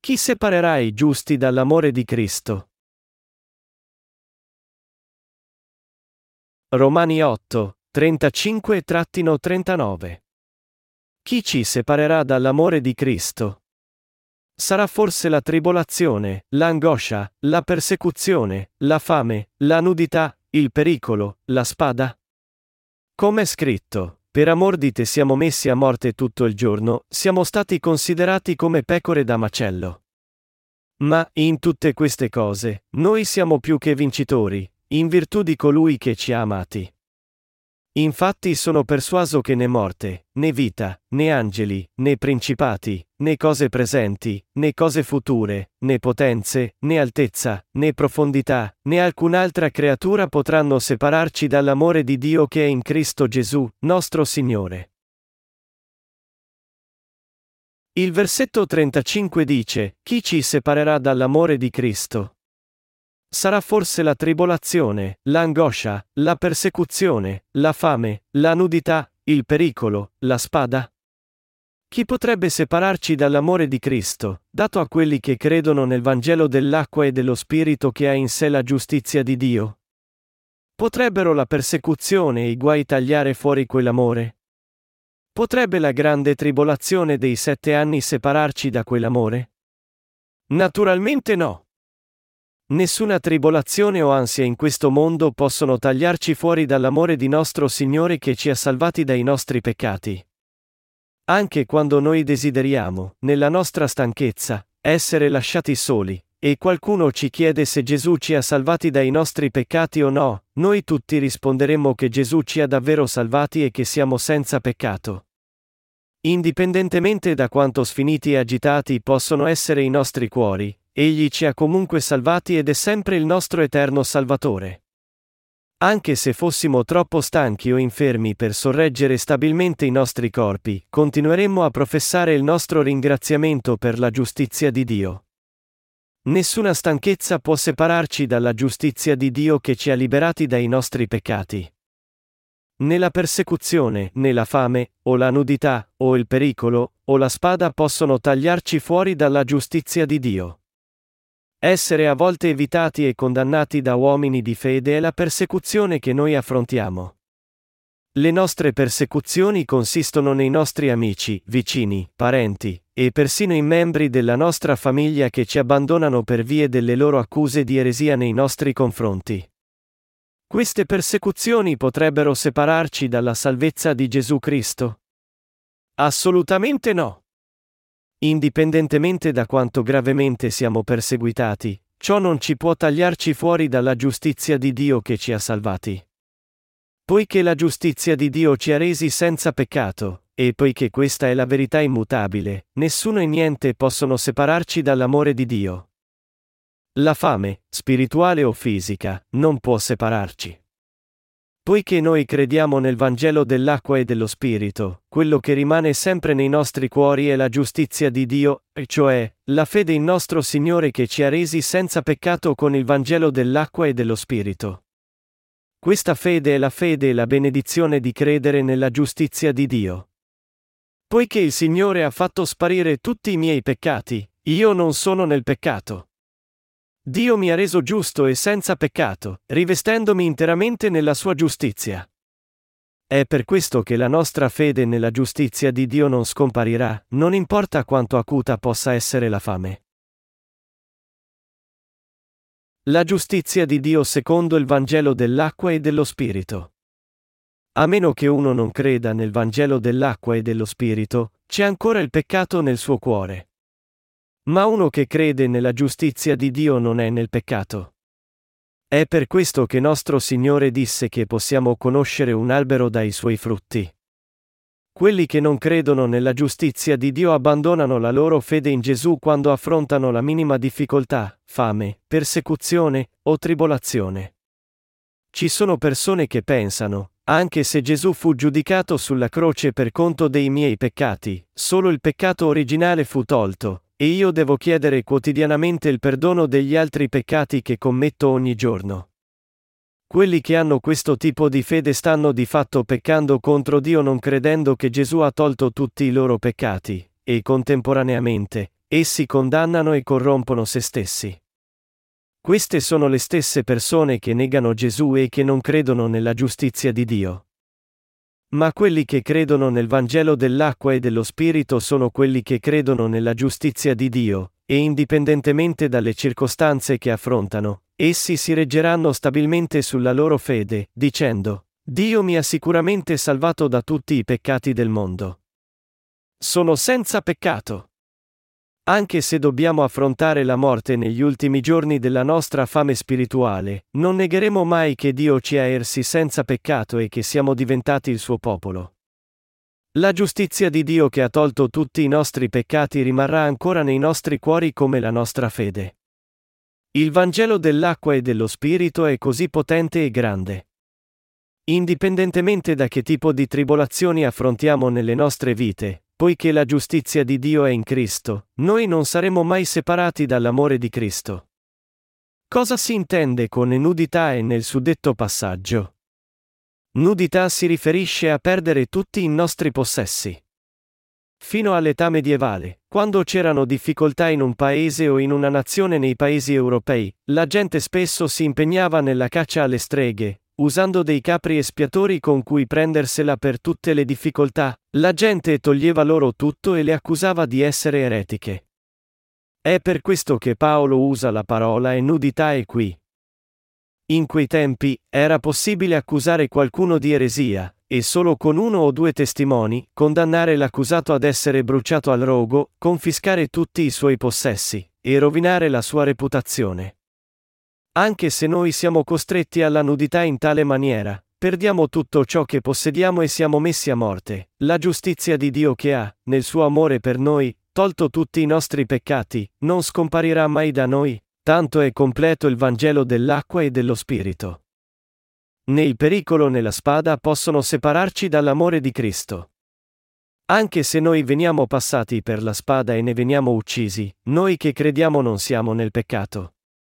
Chi separerà i giusti dall'amore di Cristo? Romani 8, 35-39. Chi ci separerà dall'amore di Cristo? Sarà forse la tribolazione, l'angoscia, la persecuzione, la fame, la nudità, il pericolo, la spada? Come è scritto, per amor di te siamo messi a morte tutto il giorno, siamo stati considerati come pecore da macello. Ma, in tutte queste cose, noi siamo più che vincitori, in virtù di colui che ci ha amati. Infatti sono persuaso che né morte, né vita, né angeli, né principati, né cose presenti, né cose future, né potenze, né altezza, né profondità, né alcun'altra creatura potranno separarci dall'amore di Dio che è in Cristo Gesù, nostro Signore. Il versetto 35 dice: Chi ci separerà dall'amore di Cristo? Sarà forse la tribolazione, l'angoscia, la persecuzione, la fame, la nudità, il pericolo, la spada? Chi potrebbe separarci dall'amore di Cristo, dato a quelli che credono nel Vangelo dell'acqua e dello Spirito che ha in sé la giustizia di Dio? Potrebbero la persecuzione e i guai tagliare fuori quell'amore? Potrebbe la grande tribolazione dei 7 anni separarci da quell'amore? Naturalmente no. Nessuna tribolazione o ansia in questo mondo possono tagliarci fuori dall'amore di nostro Signore che ci ha salvati dai nostri peccati. Anche quando noi desideriamo, nella nostra stanchezza, essere lasciati soli, e qualcuno ci chiede se Gesù ci ha salvati dai nostri peccati o no, noi tutti risponderemo che Gesù ci ha davvero salvati e che siamo senza peccato. Indipendentemente da quanto sfiniti e agitati possono essere i nostri cuori, Egli ci ha comunque salvati ed è sempre il nostro eterno Salvatore. Anche se fossimo troppo stanchi o infermi per sorreggere stabilmente i nostri corpi, continueremmo a professare il nostro ringraziamento per la giustizia di Dio. Nessuna stanchezza può separarci dalla giustizia di Dio che ci ha liberati dai nostri peccati. Né la persecuzione, né la fame, o la nudità, o il pericolo, o la spada possono tagliarci fuori dalla giustizia di Dio. Essere a volte evitati e condannati da uomini di fede è la persecuzione che noi affrontiamo. Le nostre persecuzioni consistono nei nostri amici, vicini, parenti, e persino in membri della nostra famiglia che ci abbandonano per vie delle loro accuse di eresia nei nostri confronti. Queste persecuzioni potrebbero separarci dalla salvezza di Gesù Cristo? Assolutamente no. Indipendentemente da quanto gravemente siamo perseguitati, ciò non ci può tagliarci fuori dalla giustizia di Dio che ci ha salvati. Poiché la giustizia di Dio ci ha resi senza peccato, e poiché questa è la verità immutabile, nessuno e niente possono separarci dall'amore di Dio. La fame, spirituale o fisica, non può separarci. Poiché noi crediamo nel Vangelo dell'acqua e dello Spirito, quello che rimane sempre nei nostri cuori è la giustizia di Dio, cioè, la fede in nostro Signore che ci ha resi senza peccato con il Vangelo dell'acqua e dello Spirito. Questa fede è la fede e la benedizione di credere nella giustizia di Dio. Poiché il Signore ha fatto sparire tutti i miei peccati, io non sono nel peccato. Dio mi ha reso giusto e senza peccato, rivestendomi interamente nella sua giustizia. È per questo che la nostra fede nella giustizia di Dio non scomparirà, non importa quanto acuta possa essere la fame. La giustizia di Dio secondo il Vangelo dell'acqua e dello Spirito. A meno che uno non creda nel Vangelo dell'acqua e dello Spirito, c'è ancora il peccato nel suo cuore. Ma uno che crede nella giustizia di Dio non è nel peccato. È per questo che nostro Signore disse che possiamo conoscere un albero dai suoi frutti. Quelli che non credono nella giustizia di Dio abbandonano la loro fede in Gesù quando affrontano la minima difficoltà, fame, persecuzione o tribolazione. Ci sono persone che pensano, anche se Gesù fu giudicato sulla croce per conto dei miei peccati, solo il peccato originale fu tolto, e io devo chiedere quotidianamente il perdono degli altri peccati che commetto ogni giorno. Quelli che hanno questo tipo di fede stanno di fatto peccando contro Dio non credendo che Gesù ha tolto tutti i loro peccati, e contemporaneamente, Essi condannano e corrompono se stessi. Queste sono le stesse persone che negano Gesù e che non credono nella giustizia di Dio. Ma quelli che credono nel Vangelo dell'acqua e dello Spirito sono quelli che credono nella giustizia di Dio, e indipendentemente dalle circostanze che affrontano, essi si reggeranno stabilmente sulla loro fede, dicendo: Dio mi ha sicuramente salvato da tutti i peccati del mondo. Sono senza peccato. Anche se dobbiamo affrontare la morte negli ultimi giorni della nostra fame spirituale, non negheremo mai che Dio ci ha ersi senza peccato e che siamo diventati il suo popolo. La giustizia di Dio che ha tolto tutti i nostri peccati rimarrà ancora nei nostri cuori come la nostra fede. Il Vangelo dell'acqua e dello Spirito è così potente e grande. Indipendentemente da che tipo di tribolazioni affrontiamo nelle nostre vite, poiché la giustizia di Dio è in Cristo, noi non saremo mai separati dall'amore di Cristo. Cosa si intende con nudità nel suddetto passaggio? Nudità si riferisce a perdere tutti i nostri possessi. Fino all'età medievale, quando c'erano difficoltà in un paese o in una nazione nei paesi europei, la gente spesso si impegnava nella caccia alle streghe, usando dei capri espiatori con cui prendersela per tutte le difficoltà. La gente toglieva loro tutto e le accusava di essere eretiche. È per questo che Paolo usa la parola nudità qui. In quei tempi, era possibile accusare qualcuno di eresia, e solo con uno o due testimoni, condannare l'accusato ad essere bruciato al rogo, confiscare tutti i suoi possessi, e rovinare la sua reputazione. Anche se noi siamo costretti alla nudità in tale maniera, perdiamo tutto ciò che possediamo e siamo messi a morte, la giustizia di Dio che ha, nel suo amore per noi, tolto tutti i nostri peccati, non scomparirà mai da noi, tanto è completo il Vangelo dell'acqua e dello Spirito. Né il pericolo né la spada possono separarci dall'amore di Cristo. Anche se noi veniamo passati per la spada e ne veniamo uccisi, noi che crediamo non siamo nel peccato.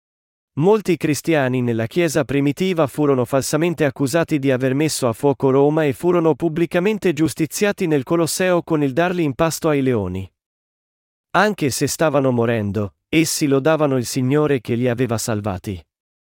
Molti cristiani nella Chiesa primitiva furono falsamente accusati di aver messo a fuoco Roma e furono pubblicamente giustiziati nel Colosseo con il darli in pasto ai leoni. Anche se stavano morendo, essi lodavano il Signore che li aveva salvati.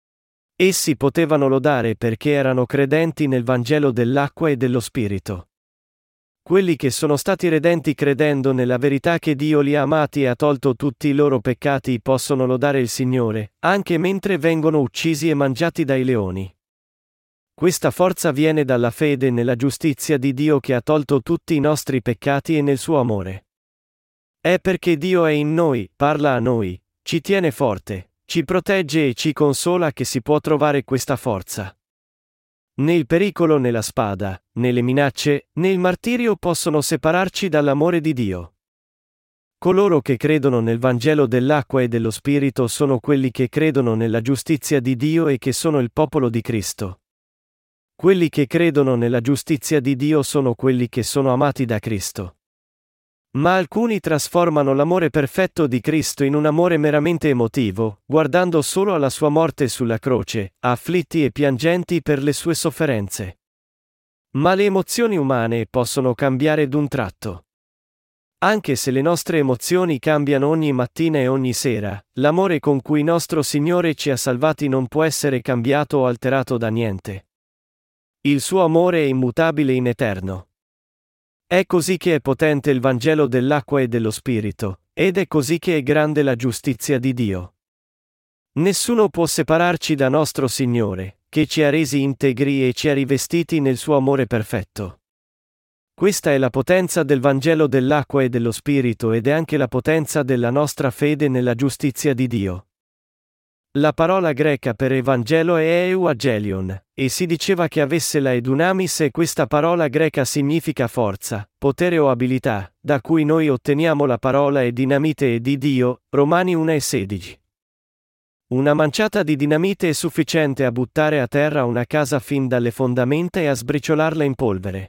Essi potevano lodare perché erano credenti nel Vangelo dell'acqua e dello Spirito. Quelli che sono stati redenti credendo nella verità che Dio li ha amati e ha tolto tutti i loro peccati possono lodare il Signore, anche mentre vengono uccisi e mangiati dai leoni. Questa forza viene dalla fede nella giustizia di Dio che ha tolto tutti i nostri peccati e nel suo amore. È perché Dio è in noi, parla a noi, ci tiene forte, ci protegge e ci consola che si può trovare questa forza. Né il pericolo né la spada, né le minacce, né il martirio possono separarci dall'amore di Dio. Coloro che credono nel Vangelo dell'acqua e dello Spirito sono quelli che credono nella giustizia di Dio e che sono il popolo di Cristo. Quelli che credono nella giustizia di Dio sono quelli che sono amati da Cristo. Ma alcuni trasformano l'amore perfetto di Cristo in un amore meramente emotivo, guardando solo alla sua morte sulla croce, afflitti e piangenti per le sue sofferenze. Ma le emozioni umane possono cambiare d'un tratto. Anche se le nostre emozioni cambiano ogni mattina e ogni sera, l'amore con cui nostro Signore ci ha salvati non può essere cambiato o alterato da niente. Il suo amore è immutabile in eterno. È così che è potente il Vangelo dell'acqua e dello Spirito, ed è così che è grande la giustizia di Dio. Nessuno può separarci da nostro Signore, che ci ha resi integri e ci ha rivestiti nel suo amore perfetto. Questa è la potenza del Vangelo dell'acqua e dello Spirito ed è anche la potenza della nostra fede nella giustizia di Dio. La parola greca per Evangelo è euangelion, e si diceva che avesse la edunamis e questa parola greca significa forza, potere o abilità, da cui noi otteniamo la parola e dinamite e di Dio, Romani 1,16. Una manciata di dinamite è sufficiente a buttare a terra una casa fin dalle fondamenta e a sbriciolarla in polvere.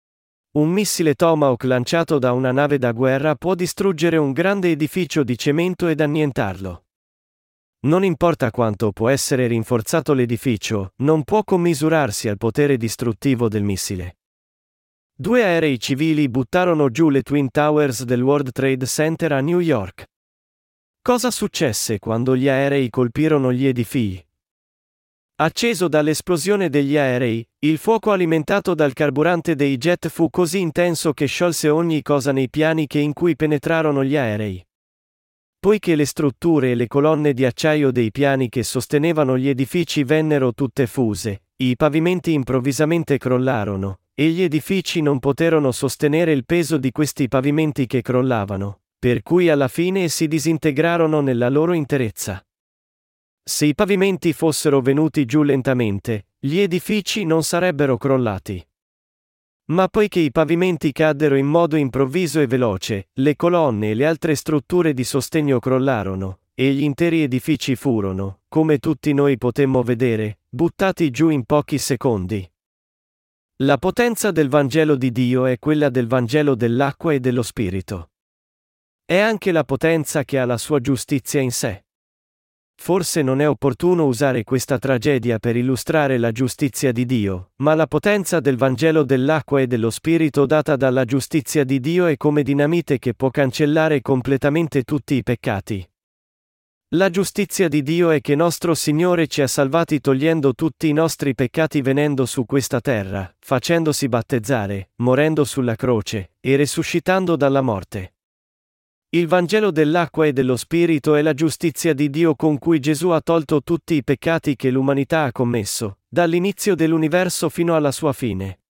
Un missile Tomahawk lanciato da una nave da guerra può distruggere un grande edificio di cemento ed annientarlo. Non importa quanto può essere rinforzato l'edificio, non può commisurarsi al potere distruttivo del missile. 2 aerei civili buttarono giù le Twin Towers del World Trade Center a New York. Cosa successe quando gli aerei colpirono gli edifici? Acceso dall'esplosione degli aerei, il fuoco alimentato dal carburante dei jet fu così intenso che sciolse ogni cosa nei piani in cui penetrarono gli aerei. Poiché le strutture e le colonne di acciaio dei piani che sostenevano gli edifici vennero tutte fuse, i pavimenti improvvisamente crollarono, e gli edifici non poterono sostenere il peso di questi pavimenti che crollavano, per cui alla fine si disintegrarono nella loro interezza. Se i pavimenti fossero venuti giù lentamente, gli edifici non sarebbero crollati. Ma poiché i pavimenti caddero in modo improvviso e veloce, le colonne e le altre strutture di sostegno crollarono, e gli interi edifici furono, come tutti noi potemmo vedere, buttati giù in pochi secondi. La potenza del Vangelo di Dio è quella del Vangelo dell'acqua e dello Spirito. È anche la potenza che ha la sua giustizia in sé. Forse non è opportuno usare questa tragedia per illustrare la giustizia di Dio, ma la potenza del Vangelo dell'acqua e dello Spirito data dalla giustizia di Dio è come dinamite che può cancellare completamente tutti i peccati. La giustizia di Dio è che nostro Signore ci ha salvati togliendo tutti i nostri peccati venendo su questa terra, facendosi battezzare, morendo sulla croce, e resuscitando dalla morte. Il Vangelo dell'acqua e dello Spirito è la giustizia di Dio con cui Gesù ha tolto tutti i peccati che l'umanità ha commesso, dall'inizio dell'universo fino alla sua fine.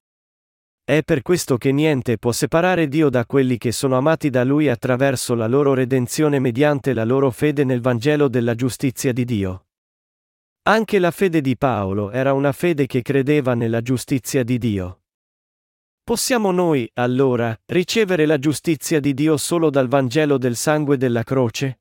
È per questo che niente può separare Dio da quelli che sono amati da Lui attraverso la loro redenzione mediante la loro fede nel Vangelo della giustizia di Dio. Anche la fede di Paolo era una fede che credeva nella giustizia di Dio. Possiamo noi, allora, ricevere la giustizia di Dio solo dal Vangelo del sangue della croce?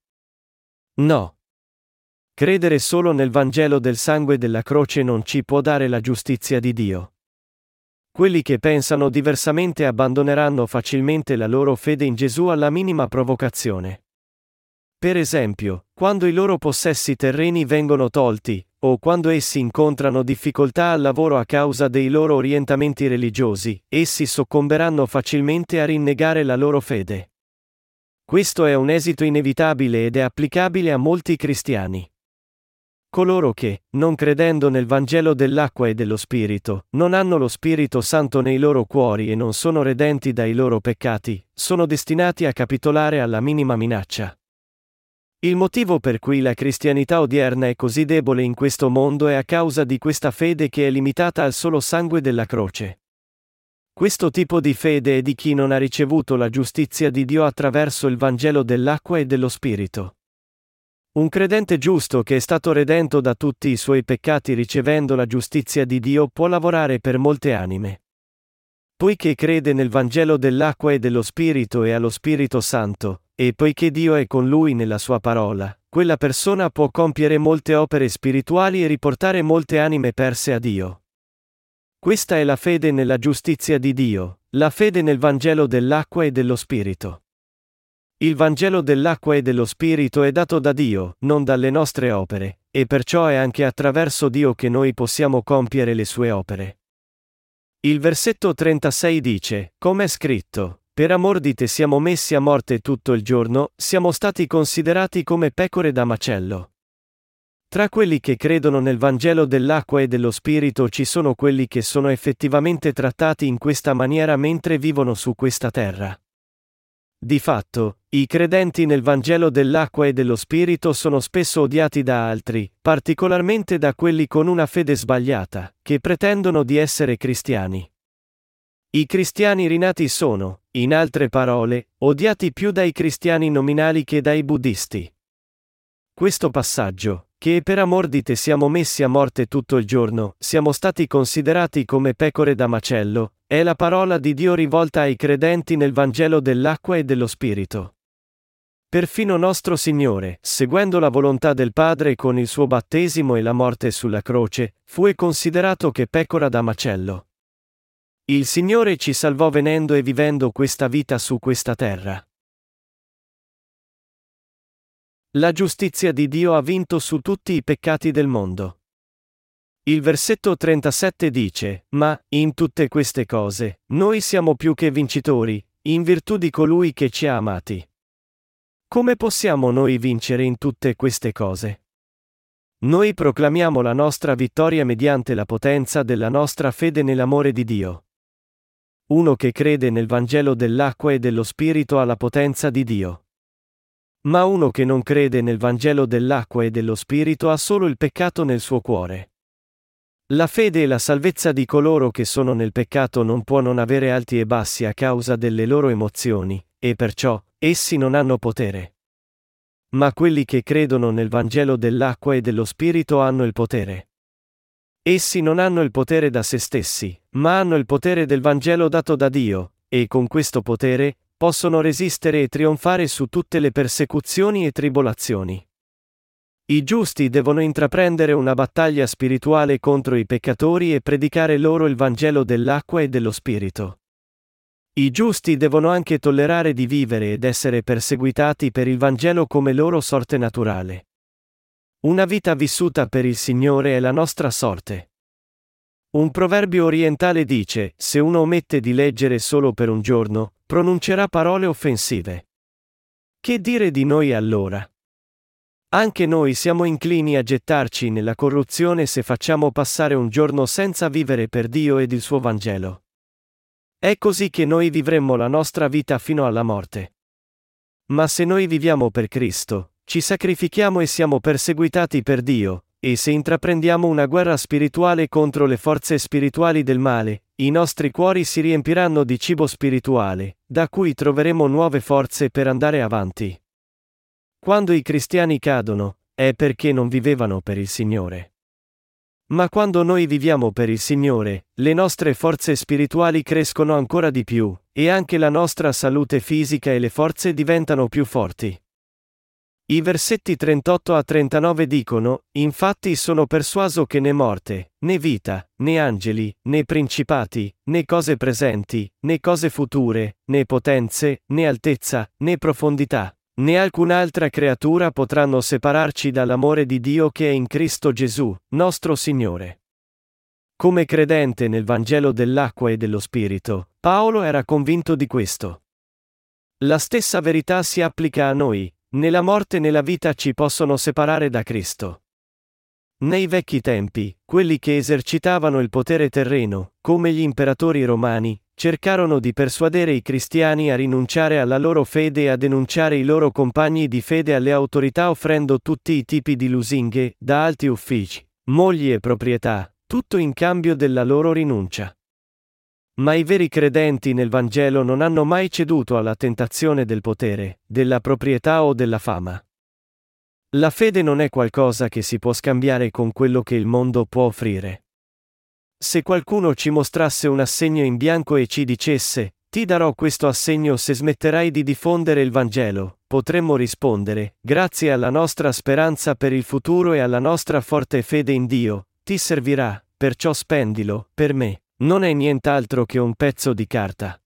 No. Credere solo nel Vangelo del sangue della croce non ci può dare la giustizia di Dio. Quelli che pensano diversamente abbandoneranno facilmente la loro fede in Gesù alla minima provocazione. Per esempio, quando i loro possessi terreni vengono tolti, o quando essi incontrano difficoltà al lavoro a causa dei loro orientamenti religiosi, essi soccomberanno facilmente a rinnegare la loro fede. Questo è un esito inevitabile ed è applicabile a molti cristiani. Coloro che, non credendo nel Vangelo dell'acqua e dello Spirito, non hanno lo Spirito Santo nei loro cuori e non sono redenti dai loro peccati, sono destinati a capitolare alla minima minaccia. Il motivo per cui la cristianità odierna è così debole in questo mondo è a causa di questa fede che è limitata al solo sangue della croce. Questo tipo di fede è di chi non ha ricevuto la giustizia di Dio attraverso il Vangelo dell'acqua e dello Spirito. Un credente giusto che è stato redento da tutti i suoi peccati ricevendo la giustizia di Dio può lavorare per molte anime. Poiché crede nel Vangelo dell'acqua e dello Spirito e allo Spirito Santo, e poiché Dio è con lui nella sua parola, quella persona può compiere molte opere spirituali e riportare molte anime perse a Dio. Questa è la fede nella giustizia di Dio, la fede nel Vangelo dell'acqua e dello Spirito. Il Vangelo dell'acqua e dello Spirito è dato da Dio, non dalle nostre opere, e perciò è anche attraverso Dio che noi possiamo compiere le sue opere. Il versetto 36 dice, come è scritto, per amor di te siamo messi a morte tutto il giorno, siamo stati considerati come pecore da macello. Tra quelli che credono nel Vangelo dell'acqua e dello Spirito ci sono quelli che sono effettivamente trattati in questa maniera mentre vivono su questa terra. Di fatto, i credenti nel Vangelo dell'acqua e dello Spirito sono spesso odiati da altri, particolarmente da quelli con una fede sbagliata, che pretendono di essere cristiani. I cristiani rinati sono, in altre parole, odiati più dai cristiani nominali che dai buddisti. Questo passaggio, che per amor di te siamo messi a morte tutto il giorno, siamo stati considerati come pecore da macello, è la parola di Dio rivolta ai credenti nel Vangelo dell'acqua e dello Spirito. Perfino nostro Signore, seguendo la volontà del Padre con il suo battesimo e la morte sulla croce, fu considerato che pecora da macello. Il Signore ci salvò venendo e vivendo questa vita su questa terra. La giustizia di Dio ha vinto su tutti i peccati del mondo. Il versetto 37 dice, ma, in tutte queste cose, noi siamo più che vincitori, in virtù di colui che ci ha amati. Come possiamo noi vincere in tutte queste cose? Noi proclamiamo la nostra vittoria mediante la potenza della nostra fede nell'amore di Dio. Uno che crede nel Vangelo dell'acqua e dello Spirito ha la potenza di Dio. Ma uno che non crede nel Vangelo dell'acqua e dello Spirito ha solo il peccato nel suo cuore. La fede e la salvezza di coloro che sono nel peccato non può non avere alti e bassi a causa delle loro emozioni, e perciò, essi non hanno potere. Ma quelli che credono nel Vangelo dell'acqua e dello Spirito hanno il potere. Essi non hanno il potere da se stessi, ma hanno il potere del Vangelo dato da Dio, e con questo potere, possono resistere e trionfare su tutte le persecuzioni e tribolazioni. I giusti devono intraprendere una battaglia spirituale contro i peccatori e predicare loro il Vangelo dell'acqua e dello Spirito. I giusti devono anche tollerare di vivere ed essere perseguitati per il Vangelo come loro sorte naturale. Una vita vissuta per il Signore è la nostra sorte. Un proverbio orientale dice: se uno omette di leggere solo per un giorno, pronuncerà parole offensive. Che dire di noi allora? Anche noi siamo inclini a gettarci nella corruzione se facciamo passare un giorno senza vivere per Dio ed il suo Vangelo. È così che noi vivremmo la nostra vita fino alla morte. Ma se noi viviamo per Cristo, ci sacrifichiamo e siamo perseguitati per Dio, e se intraprendiamo una guerra spirituale contro le forze spirituali del male, i nostri cuori si riempiranno di cibo spirituale, da cui troveremo nuove forze per andare avanti. Quando i cristiani cadono, è perché non vivevano per il Signore. Ma quando noi viviamo per il Signore, le nostre forze spirituali crescono ancora di più, e anche la nostra salute fisica e le forze diventano più forti. I versetti 38 a 39 dicono: infatti sono persuaso che né morte, né vita, né angeli, né principati, né cose presenti, né cose future, né potenze, né altezza, né profondità, né alcun'altra creatura potranno separarci dall'amore di Dio che è in Cristo Gesù, nostro Signore. Come credente nel Vangelo dell'acqua e dello Spirito, Paolo era convinto di questo. La stessa verità si applica a noi: né la morte né la vita ci possono separare da Cristo. Nei vecchi tempi, quelli che esercitavano il potere terreno, come gli imperatori romani, cercarono di persuadere i cristiani a rinunciare alla loro fede e a denunciare i loro compagni di fede alle autorità offrendo tutti i tipi di lusinghe, da alti uffici, mogli e proprietà, tutto in cambio della loro rinuncia. Ma i veri credenti nel Vangelo non hanno mai ceduto alla tentazione del potere, della proprietà o della fama. La fede non è qualcosa che si può scambiare con quello che il mondo può offrire. Se qualcuno ci mostrasse un assegno in bianco e ci dicesse: ti darò questo assegno se smetterai di diffondere il Vangelo, potremmo rispondere: grazie alla nostra speranza per il futuro e alla nostra forte fede in Dio, ti servirà, perciò spendilo, per me. Non è nient'altro che un pezzo di carta.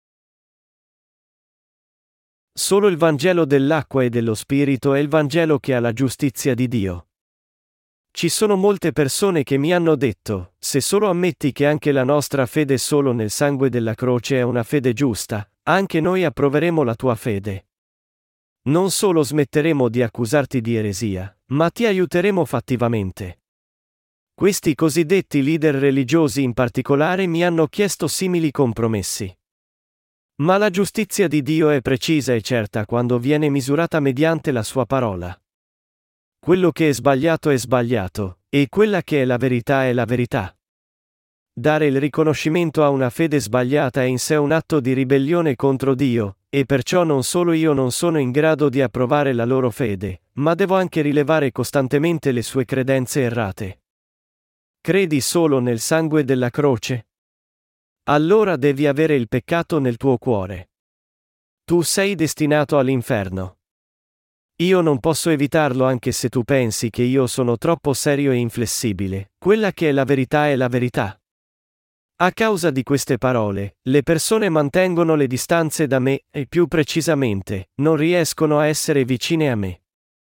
Solo il Vangelo dell'acqua e dello Spirito è il Vangelo che ha la giustizia di Dio. Ci sono molte persone che mi hanno detto: se solo ammetti che anche la nostra fede solo nel sangue della croce è una fede giusta, anche noi approveremo la tua fede. Non solo smetteremo di accusarti di eresia, ma ti aiuteremo fattivamente. Questi cosiddetti leader religiosi in particolare mi hanno chiesto simili compromessi. Ma la giustizia di Dio è precisa e certa quando viene misurata mediante la sua parola. Quello che è sbagliato, e quella che è la verità. Dare il riconoscimento a una fede sbagliata è in sé un atto di ribellione contro Dio, e perciò non solo io non sono in grado di approvare la loro fede, ma devo anche rilevare costantemente le sue credenze errate. Credi solo nel sangue della croce? Allora devi avere il peccato nel tuo cuore. Tu sei destinato all'inferno. Io non posso evitarlo anche se tu pensi che io sono troppo serio e inflessibile, quella che è la verità è la verità. A causa di queste parole, le persone mantengono le distanze da me e più precisamente, non riescono a essere vicine a me.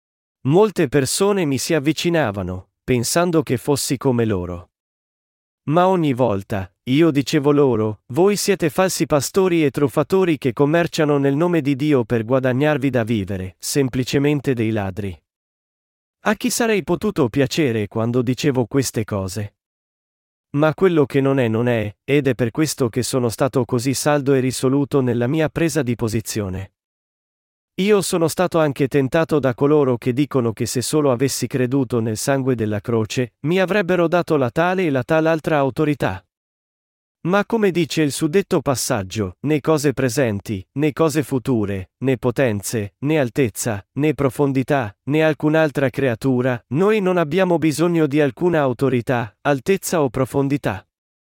Molte persone mi si avvicinavano, pensando che fossi come loro. Ma ogni volta, io dicevo loro, voi siete falsi pastori e truffatori che commerciano nel nome di Dio per guadagnarvi da vivere, semplicemente dei ladri. A chi sarei potuto piacere quando dicevo queste cose? Ma quello che non è, ed è per questo che sono stato così saldo e risoluto nella mia presa di posizione. Io sono stato anche tentato da coloro che dicono che se solo avessi creduto nel sangue della croce, mi avrebbero dato la tale e la tal altra autorità. Ma come dice il suddetto passaggio, né cose presenti, né cose future, né potenze, né altezza, né profondità, né alcun'altra creatura, noi non abbiamo bisogno di alcuna autorità, altezza o profondità.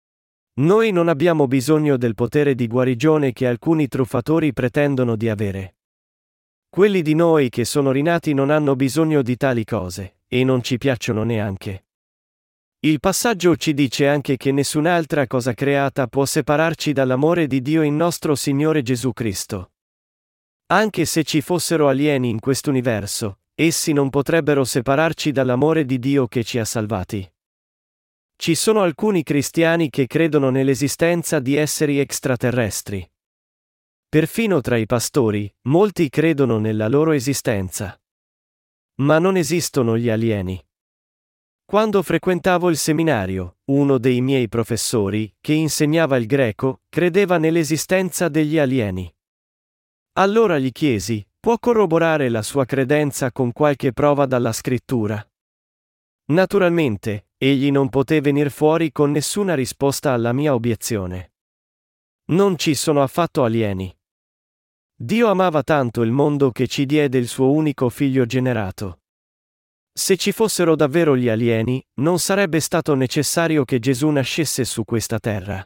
Noi non abbiamo bisogno del potere di guarigione che alcuni truffatori pretendono di avere. Quelli di noi che sono rinati non hanno bisogno di tali cose, e non ci piacciono neanche. Il passaggio ci dice anche che nessun'altra cosa creata può separarci dall'amore di Dio in nostro Signore Gesù Cristo. Anche se ci fossero alieni in quest'universo, essi non potrebbero separarci dall'amore di Dio che ci ha salvati. Ci sono alcuni cristiani che credono nell'esistenza di esseri extraterrestri. Perfino tra i pastori, molti credono nella loro esistenza. Ma non esistono gli alieni. Quando frequentavo il seminario, uno dei miei professori, che insegnava il greco, credeva nell'esistenza degli alieni. Allora gli chiesi, può corroborare la sua credenza con qualche prova dalla scrittura? Naturalmente, egli non poté venir fuori con nessuna risposta alla mia obiezione. Non ci sono affatto alieni. Dio amava tanto il mondo che ci diede il suo unico figlio generato. Se ci fossero davvero gli alieni, non sarebbe stato necessario che Gesù nascesse su questa terra.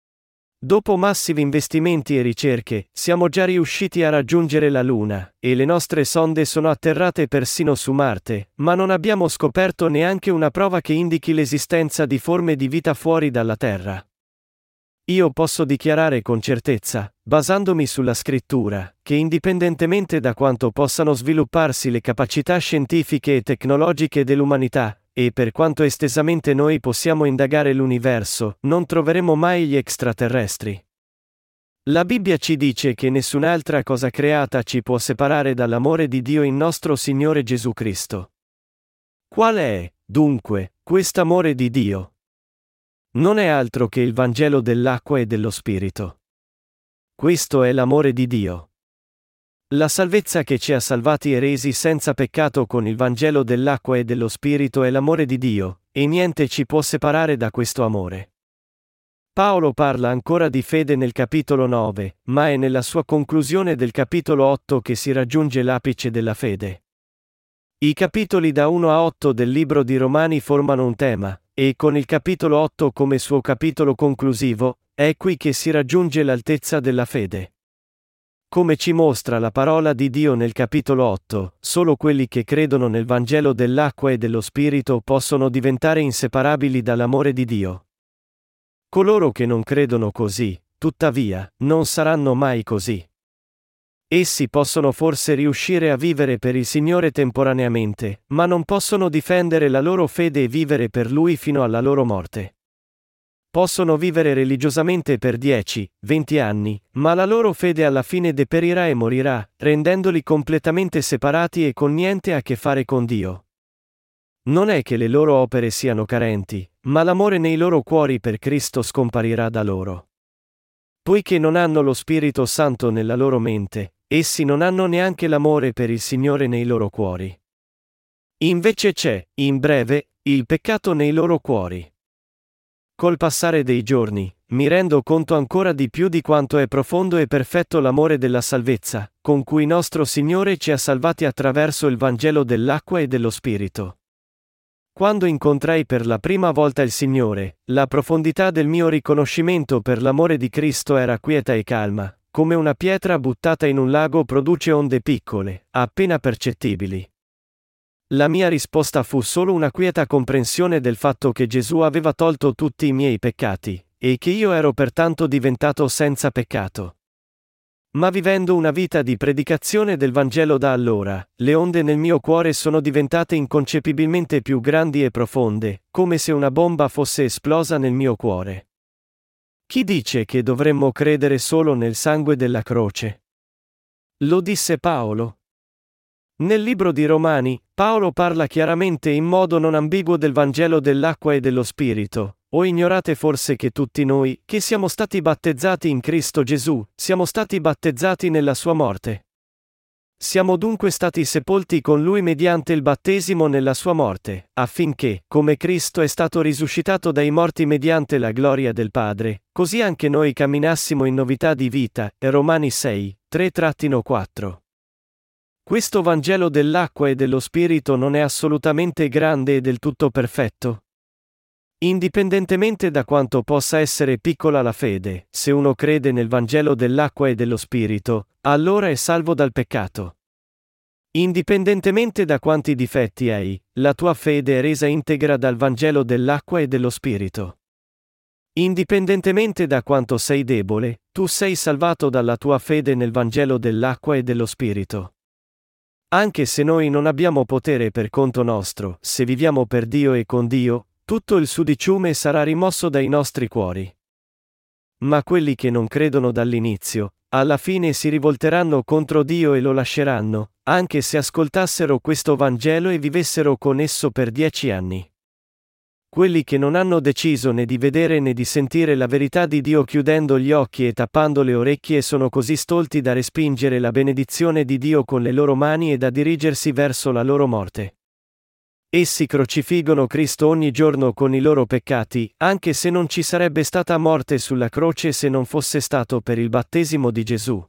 Dopo massivi investimenti e ricerche, siamo già riusciti a raggiungere la Luna, e le nostre sonde sono atterrate persino su Marte, ma non abbiamo scoperto neanche una prova che indichi l'esistenza di forme di vita fuori dalla Terra. Io posso dichiarare con certezza, basandomi sulla scrittura, che indipendentemente da quanto possano svilupparsi le capacità scientifiche e tecnologiche dell'umanità, e per quanto estesamente noi possiamo indagare l'universo, non troveremo mai gli extraterrestri. La Bibbia ci dice che nessun'altra cosa creata ci può separare dall'amore di Dio in nostro Signore Gesù Cristo. Qual è, dunque, quest'amore di Dio? Non è altro che il Vangelo dell'acqua e dello Spirito. Questo è l'amore di Dio. La salvezza che ci ha salvati e resi senza peccato con il Vangelo dell'acqua e dello Spirito è l'amore di Dio, e niente ci può separare da questo amore. Paolo parla ancora di fede nel capitolo 9, ma è nella sua conclusione del capitolo 8 che si raggiunge l'apice della fede. I capitoli da 1 a 8 del libro di Romani formano un tema, e con il capitolo 8 come suo capitolo conclusivo, è qui che si raggiunge l'altezza della fede. Come ci mostra la parola di Dio nel capitolo 8, solo quelli che credono nel Vangelo dell'acqua e dello Spirito possono diventare inseparabili dall'amore di Dio. Coloro che non credono così, tuttavia, non saranno mai così. Essi possono forse riuscire a vivere per il Signore temporaneamente, ma non possono difendere la loro fede e vivere per Lui fino alla loro morte. Possono vivere religiosamente per 10, 20 anni, ma la loro fede alla fine deperirà e morirà, rendendoli completamente separati e con niente a che fare con Dio. Non è che le loro opere siano carenti, ma l'amore nei loro cuori per Cristo scomparirà da loro. Poiché non hanno lo Spirito Santo nella loro mente, essi non hanno neanche l'amore per il Signore nei loro cuori. Invece c'è, in breve, il peccato nei loro cuori. Col passare dei giorni, mi rendo conto ancora di più di quanto è profondo e perfetto l'amore della salvezza, con cui nostro Signore ci ha salvati attraverso il Vangelo dell'acqua e dello Spirito. Quando incontrai per la prima volta il Signore, la profondità del mio riconoscimento per l'amore di Cristo era quieta e calma, come una pietra buttata in un lago produce onde piccole, appena percettibili. La mia risposta fu solo una quieta comprensione del fatto che Gesù aveva tolto tutti i miei peccati, e che io ero pertanto diventato senza peccato. Ma vivendo una vita di predicazione del Vangelo da allora, le onde nel mio cuore sono diventate inconcepibilmente più grandi e profonde, come se una bomba fosse esplosa nel mio cuore. Chi dice che dovremmo credere solo nel sangue della croce? Lo disse Paolo. Nel libro di Romani, Paolo parla chiaramente e in modo non ambiguo del Vangelo dell'acqua e dello Spirito. O ignorate forse che tutti noi, che siamo stati battezzati in Cristo Gesù, siamo stati battezzati nella sua morte? Siamo dunque stati sepolti con Lui mediante il battesimo nella sua morte, affinché, come Cristo è stato risuscitato dai morti mediante la gloria del Padre, così anche noi camminassimo in novità di vita. Romani 6, 3-4. Questo Vangelo dell'acqua e dello Spirito non è assolutamente grande e del tutto perfetto? Indipendentemente da quanto possa essere piccola la fede, se uno crede nel Vangelo dell'acqua e dello Spirito, allora è salvo dal peccato. Indipendentemente da quanti difetti hai, la tua fede è resa integra dal Vangelo dell'acqua e dello Spirito. Indipendentemente da quanto sei debole, tu sei salvato dalla tua fede nel Vangelo dell'acqua e dello Spirito. Anche se noi non abbiamo potere per conto nostro, se viviamo per Dio e con Dio, tutto il sudiciume sarà rimosso dai nostri cuori. Ma quelli che non credono dall'inizio, alla fine si rivolteranno contro Dio e lo lasceranno, anche se ascoltassero questo Vangelo e vivessero con esso per 10 anni. Quelli che non hanno deciso né di vedere né di sentire la verità di Dio chiudendo gli occhi e tappando le orecchie sono così stolti da respingere la benedizione di Dio con le loro mani e da dirigersi verso la loro morte. Essi crocifiggono Cristo ogni giorno con i loro peccati, anche se non ci sarebbe stata morte sulla croce se non fosse stato per il battesimo di Gesù.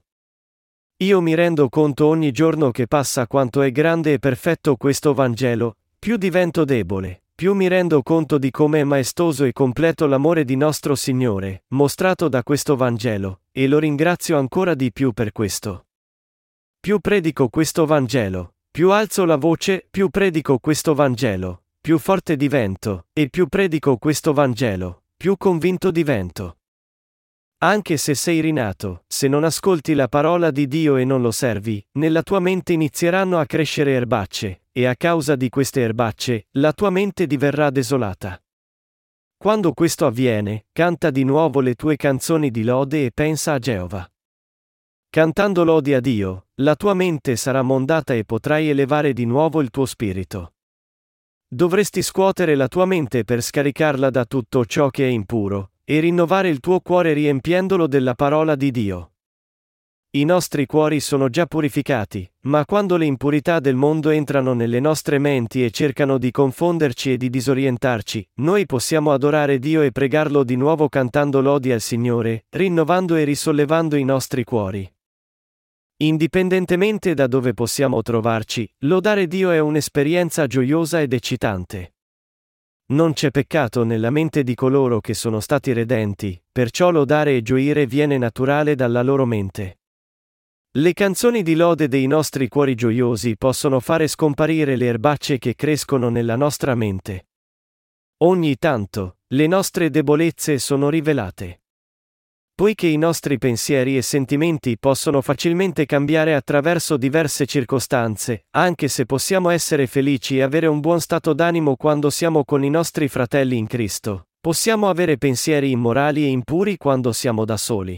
Io mi rendo conto ogni giorno che passa quanto è grande e perfetto questo Vangelo, più divento debole, più mi rendo conto di come è maestoso e completo l'amore di nostro Signore, mostrato da questo Vangelo, e lo ringrazio ancora di più per questo. Più predico questo Vangelo, più alzo la voce, più predico questo Vangelo, più forte divento, e più predico questo Vangelo, più convinto divento. Anche se sei rinato, se non ascolti la parola di Dio e non lo servi, nella tua mente inizieranno a crescere erbacce, e a causa di queste erbacce, la tua mente diverrà desolata. Quando questo avviene, canta di nuovo le tue canzoni di lode e pensa a Geova. Cantando lodi a Dio, la tua mente sarà mondata e potrai elevare di nuovo il tuo spirito. Dovresti scuotere la tua mente per scaricarla da tutto ciò che è impuro, e rinnovare il tuo cuore riempiendolo della parola di Dio. I nostri cuori sono già purificati, ma quando le impurità del mondo entrano nelle nostre menti e cercano di confonderci e di disorientarci, noi possiamo adorare Dio e pregarlo di nuovo cantando lodi al Signore, rinnovando e risollevando i nostri cuori. Indipendentemente da dove possiamo trovarci, lodare Dio è un'esperienza gioiosa ed eccitante. Non c'è peccato nella mente di coloro che sono stati redenti, perciò lodare e gioire viene naturale dalla loro mente. Le canzoni di lode dei nostri cuori gioiosi possono fare scomparire le erbacce che crescono nella nostra mente. Ogni tanto, le nostre debolezze sono rivelate. Poiché i nostri pensieri e sentimenti possono facilmente cambiare attraverso diverse circostanze, anche se possiamo essere felici e avere un buon stato d'animo quando siamo con i nostri fratelli in Cristo, possiamo avere pensieri immorali e impuri quando siamo da soli.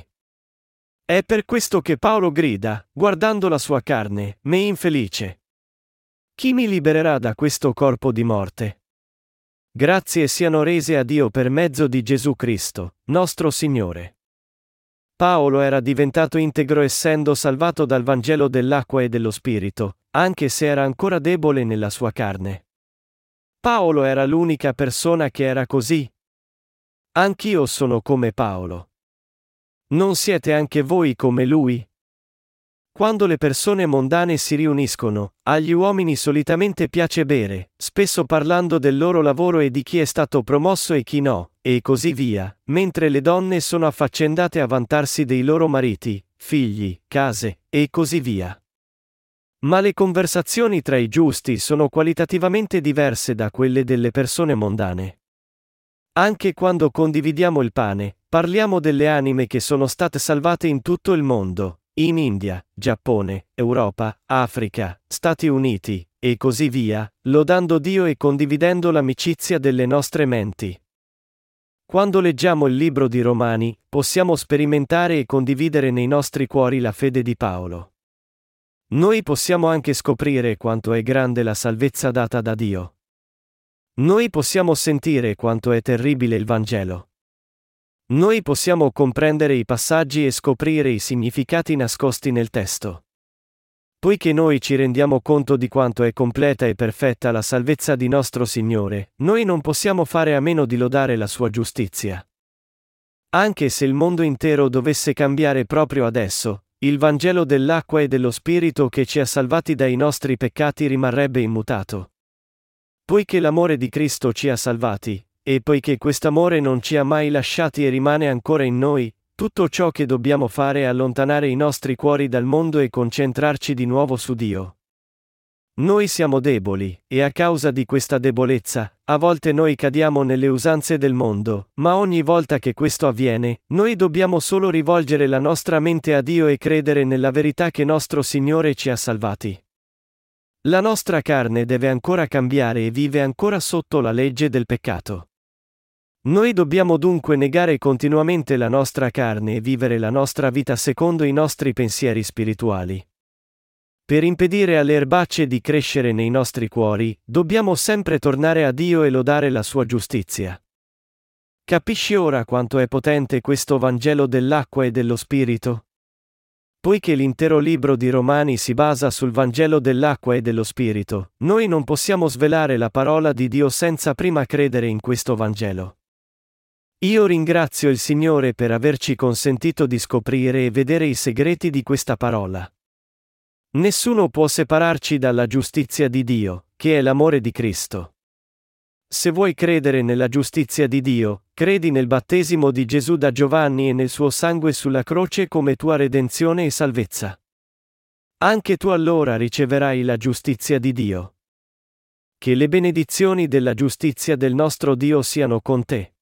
È per questo che Paolo grida, guardando la sua carne, me infelice. Chi mi libererà da questo corpo di morte? Grazie siano rese a Dio per mezzo di Gesù Cristo, nostro Signore. Paolo era diventato integro essendo salvato dal Vangelo dell'acqua e dello Spirito, anche se era ancora debole nella sua carne. Paolo era l'unica persona che era così. Anch'io sono come Paolo. Non siete anche voi come lui? Quando le persone mondane si riuniscono, agli uomini solitamente piace bere, spesso parlando del loro lavoro e di chi è stato promosso e chi no, e così via, mentre le donne sono affaccendate a vantarsi dei loro mariti, figli, case, e così via. Ma le conversazioni tra i giusti sono qualitativamente diverse da quelle delle persone mondane. Anche quando condividiamo il pane, parliamo delle anime che sono state salvate in tutto il mondo, In India, Giappone, Europa, Africa, Stati Uniti, e così via, lodando Dio e condividendo l'amicizia delle nostre menti. Quando leggiamo il libro di Romani, possiamo sperimentare e condividere nei nostri cuori la fede di Paolo. Noi possiamo anche scoprire quanto è grande la salvezza data da Dio. Noi possiamo sentire quanto è terribile il Vangelo. Noi possiamo comprendere i passaggi e scoprire i significati nascosti nel testo. Poiché noi ci rendiamo conto di quanto è completa e perfetta la salvezza di nostro Signore, noi non possiamo fare a meno di lodare la sua giustizia. Anche se il mondo intero dovesse cambiare proprio adesso, il Vangelo dell'acqua e dello Spirito che ci ha salvati dai nostri peccati rimarrebbe immutato. Poiché l'amore di Cristo ci ha salvati, e poiché quest'amore non ci ha mai lasciati e rimane ancora in noi, tutto ciò che dobbiamo fare è allontanare i nostri cuori dal mondo e concentrarci di nuovo su Dio. Noi siamo deboli, e a causa di questa debolezza, a volte noi cadiamo nelle usanze del mondo, ma ogni volta che questo avviene, noi dobbiamo solo rivolgere la nostra mente a Dio e credere nella verità che nostro Signore ci ha salvati. La nostra carne deve ancora cambiare e vive ancora sotto la legge del peccato. Noi dobbiamo dunque negare continuamente la nostra carne e vivere la nostra vita secondo i nostri pensieri spirituali. Per impedire alle erbacce di crescere nei nostri cuori, dobbiamo sempre tornare a Dio e lodare la sua giustizia. Capisci ora quanto è potente questo Vangelo dell'acqua e dello Spirito? Poiché l'intero libro di Romani si basa sul Vangelo dell'acqua e dello Spirito, noi non possiamo svelare la parola di Dio senza prima credere in questo Vangelo. Io ringrazio il Signore per averci consentito di scoprire e vedere i segreti di questa parola. Nessuno può separarci dalla giustizia di Dio, che è l'amore di Cristo. Se vuoi credere nella giustizia di Dio, credi nel battesimo di Gesù da Giovanni e nel suo sangue sulla croce come tua redenzione e salvezza. Anche tu allora riceverai la giustizia di Dio. Che le benedizioni della giustizia del nostro Dio siano con te.